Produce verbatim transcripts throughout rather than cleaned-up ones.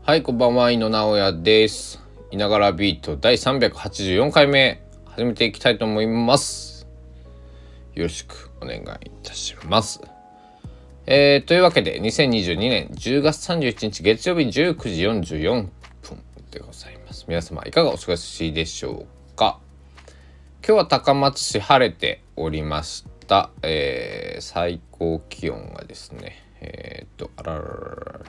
はい、こんばんは、井野直哉です。いながらビートだいさんびゃくはちじゅうよんかいめ始めていきたいと思います。よろしくお願いいたします。えー、というわけでにせんにじゅうにねんじゅうがつさんじゅういちにち月曜日じゅうくじよんじゅうよんぷんでございます。皆様いかがお過ごしでしょうか。今日は高松市晴れておりました。えー、最高気温がですねえー、っとあらららら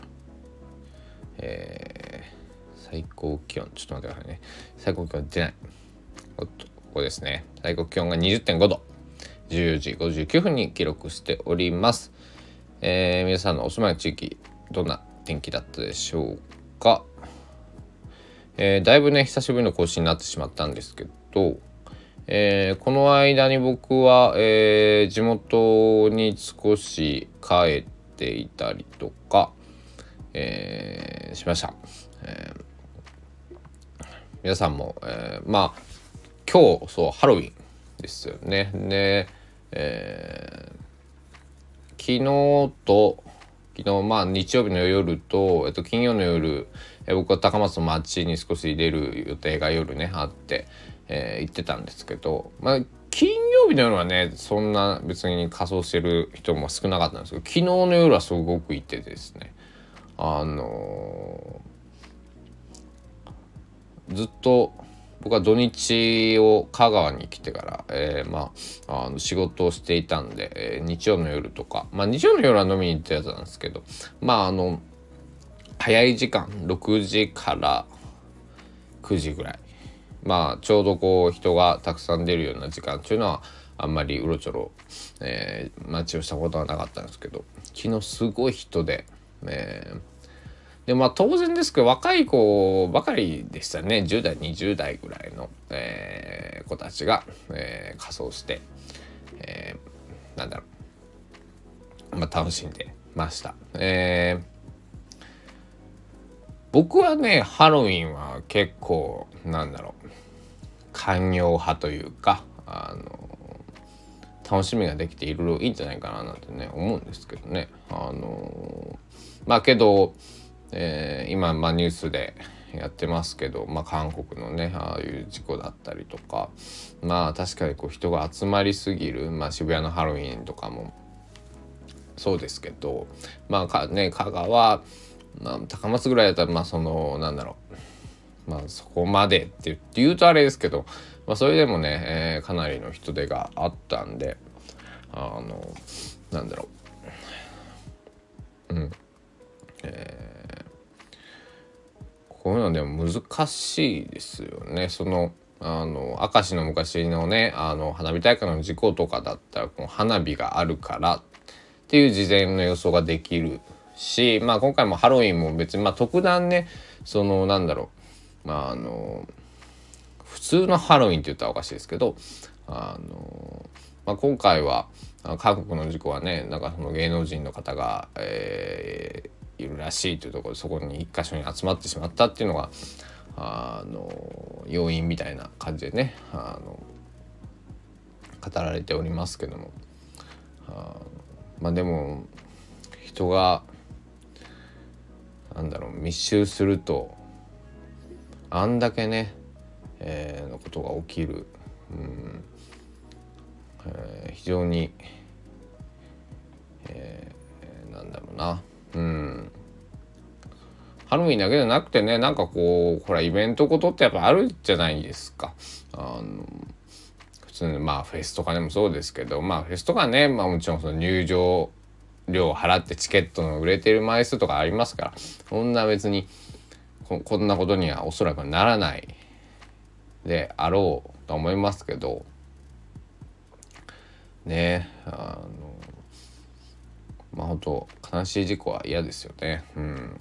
えー、最高気温ちょっと待ってくださいね。最高気温出ない。おっとここですね。最高気温が にじゅってんごど、じゅうよじごじゅうきゅうふんに記録しております。えー、皆さんのお住まいの地域どんな天気だったでしょうか。えー、だいぶね久しぶりの更新になってしまったんですけど、えー、この間に僕は、えー、地元に少し帰っていたりとか、えー、しました。えー、皆さんも、えー、まあ今日そうハロウィンですよね。で、えー、昨日と昨日まあ日曜日の夜と、えっと、金曜の夜、えー、僕は高松の街に少し出る予定が夜ねあって、えー、行ってたんですけど、まあ金曜日の夜はねそんな別に仮装してる人も少なかったんですけど、昨日の夜はすごくいてですね、あのー、ずっと僕は土日を香川に来てから、えー、まあ、あの仕事をしていたんで、えー、日曜の夜とか、まあ日曜の夜は飲みに行ったやつなんですけど、まああの早い時間ろくじからくじぐらい、まあちょうどこう人がたくさん出るような時間っていうのはあんまりうろちょろ、えー、待ちをしたことはなかったんですけど、昨日すごい人で、えーでまあ当然ですけど若い子ばかりでしたね。じゅうだいにじゅうだいぐらいの、えー、子たちが、えー、仮装して、えー、なんだろう、まあ、楽しんでました。えー、僕はねハロウィンは結構なんだろう寛容派というか、あの楽しみができていろいろいいんじゃないかななんてね思うんですけどね。あのまあけどえー、今、まあ、ニュースでやってますけど、まあ、韓国のねああいう事故だったりとか、まあ確かにこう人が集まりすぎる、まあ、渋谷のハロウィンとかもそうですけど、まあかね香川、まあ、高松ぐらいだったらまあそのなんだろう、まあそこまでって言うとあれですけど、まあ、それでもね、えー、かなりの人手があったんで、あのなんだろううんえーこういうのでも難しいですよね。そのあの明石の昔のねあの花火大会の事故とかだったらこの花火があるからっていう事前の予想ができるし、まあ今回もハロウィンも別にまあ特段ねそのなんだろう、まああの普通のハロウィンって言ったらおかしいですけど、あの、まあ、今回は韓国の事故はねなんかその芸能人の方が、えーいるらしいというところでそこに一箇所に集まってしまったっていうのがあの要因みたいな感じでねあの語られておりますけども、あまあでも人がなんだろう密集するとあんだけね、えー、のことが起きる、うんえー、非常に、えー、なんだろうなうんハロウィンだけじゃなくてねなんかこうほらイベントことってやっぱあるじゃないですか。あの普通のまあフェスとかでもそうですけど、まあフェスとかね、まあもちろんその入場料を払ってチケットの売れてる枚数とかありますから、そんな別に こ, こんなことにはおそらくならないであろうと思いますけどね、あのまあ本当悲しい事故は嫌ですよね。うん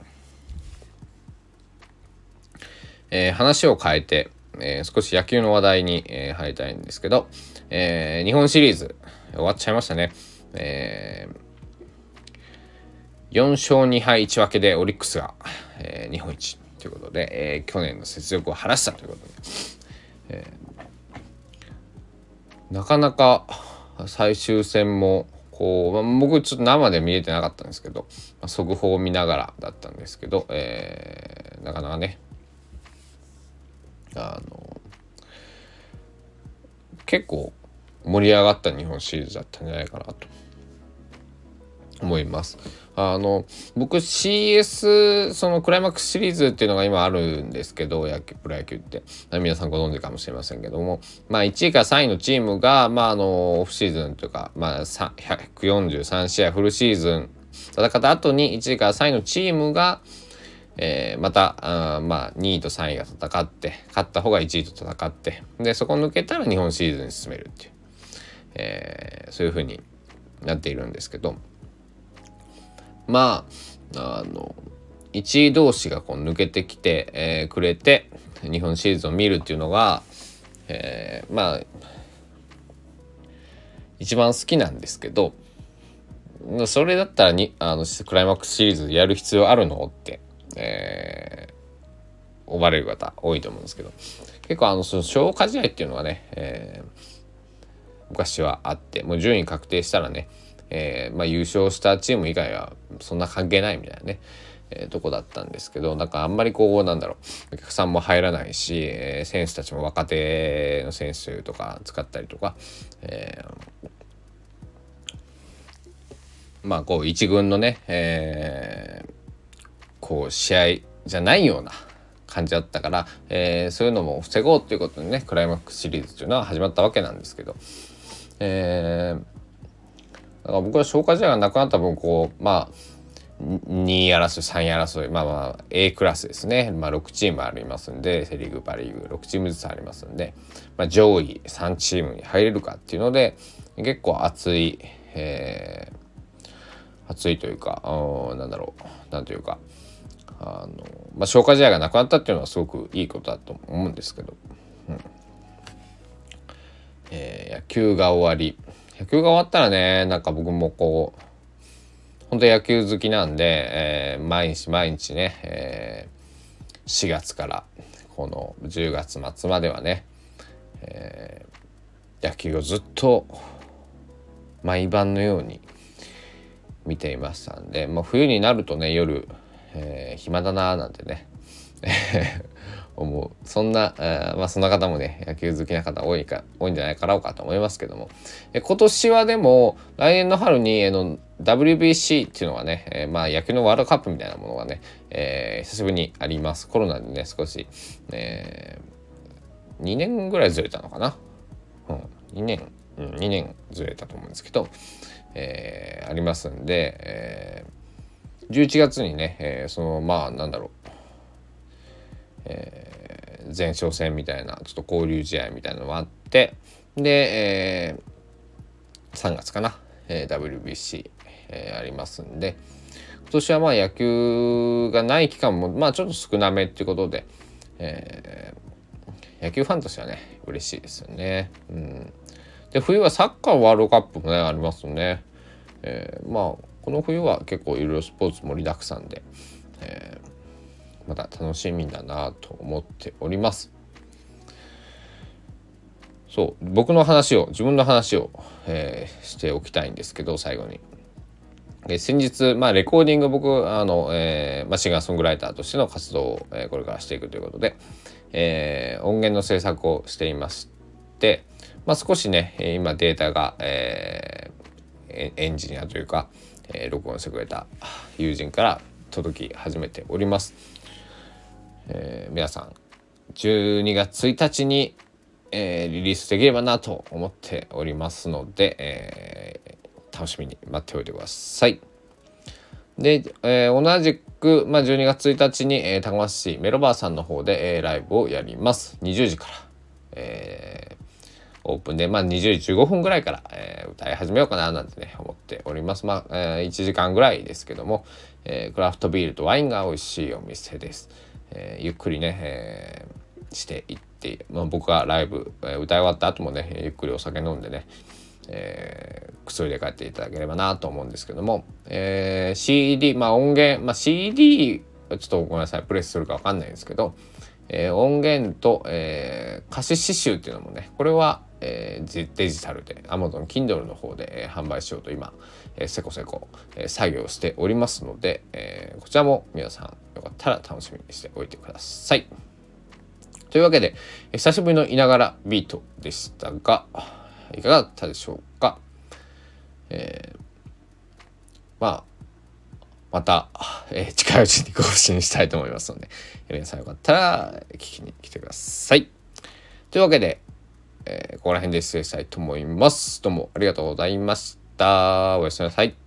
えー、話を変えて、えー、少し野球の話題に、えー、入りたいんですけど、えー、日本シリーズ終わっちゃいましたね。えー、よんしょうにはいいち分けでオリックスが、えー、日本一ということで、えー、去年の雪辱を晴らしたということで、えー、なかなか最終戦もこう、まあ、僕ちょっと生で見れてなかったんですけど、まあ、速報を見ながらだったんですけど、えー、なかなかねあの結構盛り上がった日本シリーズだったんじゃないかなと思います。あの僕 シーエス そのクライマックスシリーズっていうのが今あるんですけど、野球プロ野球って皆さんご存知かもしれませんけども、まあいちいからさんいのチームがまああのオフシーズンというかまあひゃくよんじゅうさん試合フルシーズン戦った後にいちいからさんいのチームがえー、またあまあにいとさんいが戦って勝った方がいちいと戦ってでそこ抜けたら日本シリーズに進めるっていう、えー、そういう風になっているんですけど、まああのいちい同士がこう抜けてきて、えー、くれて日本シリーズを見るっていうのが、えー、まあ一番好きなんですけど、それだったらにあのクライマックスシリーズやる必要あるのって、えー、思われる方多いと思うんですけど、結構あのその消化試合っていうのがね、えー、昔はあって、もう順位確定したらね、えーまあ、優勝したチーム以外はそんな関係ないみたいなね、えー、とこだったんですけど、なんかあんまりこうなんだろうお客さんも入らないし、えー、選手たちも若手の選手とか使ったりとか、えー、まあこう一軍のね、えー、こう試合じゃないような感じだったから、えー、そういうのも防ごうということでねクライマックスシリーズというのは始まったわけなんですけど、えー、だから僕は消化試合がなくなった分こうまあにい争いさんい争いまあまあ A クラスですね、まあ、ろくチームありますんでセリーグパリーグろくチームずつありますんで、まあ、上位さんチームに入れるかっていうので結構熱い、えー、熱いというかなんだろうなんというかあの、まあ、消化試合がなくなったっていうのはすごくいいことだと思うんですけど、うんえー、野球が終わり野球が終わったらねなんか僕もこう本当野球好きなんで、えー、毎日毎日ね、えー、しがつからこのじゅうがつ末まではね、えー、野球をずっと毎晩のように見ていましたんで、まあ、冬になるとね夜、えー、暇だなーなんてね思うそんな、えーまあ、そんな方もね野球好きな方多いか多いんじゃないかろうかと思いますけども、え今年はでも来年の春に、えー、の ダブリュービーシー っていうのがね、えー、まあ野球のワールドカップみたいなものがね、えー、久しぶりにあります。コロナでね少し、えー、にねんぐらいずれたのかな、うん、にねん、うん、にねんずれたと思うんですけど、えー、ありますんで、えー、じゅういちがつにね、えー、そのまあなんだろうえー、前哨戦みたいなちょっと交流試合みたいなのがあってで、えー、さんがつかな、えー、ダブリュービーシー、えー、ありますんで今年はまあ野球がない期間もまあちょっと少なめっていうことで、えー、野球ファンとしてはね嬉しいですよね。うん、で冬はサッカーワールドカップもねありますよね。えー、まあこの冬は結構いろいろスポーツ盛りだくさんで、えーまた楽しみだなと思っております。そう僕の話を自分の話を、えー、しておきたいんですけど最後に、えー、先日、まあ、レコーディング僕あの、えーまあ、シンガーソングライターとしての活動を、えー、これからしていくということで、えー、音源の制作をしていまして、まあ、少しね今データが、えー、エンジニアというか、えー、録音してくれた友人から届き始めております。えー、皆さんじゅうにがつついたちに、えー、リリースできればなと思っておりますので、えー、楽しみに待っておいてください。で、えー、同じく、まあ、じゅうにがつついたちに、えー、高松市メロバーさんの方で、えー、ライブをやります。にじゅうじから、えー、オープンで、まあ、にじゅうじじゅうごふんぐらいから、えー、歌い始めようかななんてね思っております。まあ、えー、いちじかんぐらいですけども、えー、クラフトビールとワインが美味しいお店です。えー、ゆっくりね、えー、していって、まあ、僕がライブ、えー、歌い終わった後もねゆっくりお酒飲んでね、えー、薬で帰っていただければなと思うんですけども、えー、シーディー まあ音源、まあ、シーディー ちょっとごめんなさいプレスするか分かんないんですけど、えー、音源と、えー、歌詞刺繍っていうのもねこれはえー、デジタルで Amazon Kindle の方で、えー、販売しようと今、えー、せこせこ、えー、作業しておりますので、えー、こちらも皆さんよかったら楽しみにしておいてください。というわけで、えー、久しぶりのいながらビートでしたがいかがだったでしょうか。えー、まあまた、えー、近いうちに更新したいと思いますので、皆さんよかったら聞きに来てください。というわけで、えー、ここら辺で失礼したいと思います。どうもありがとうございました。おやすみなさい。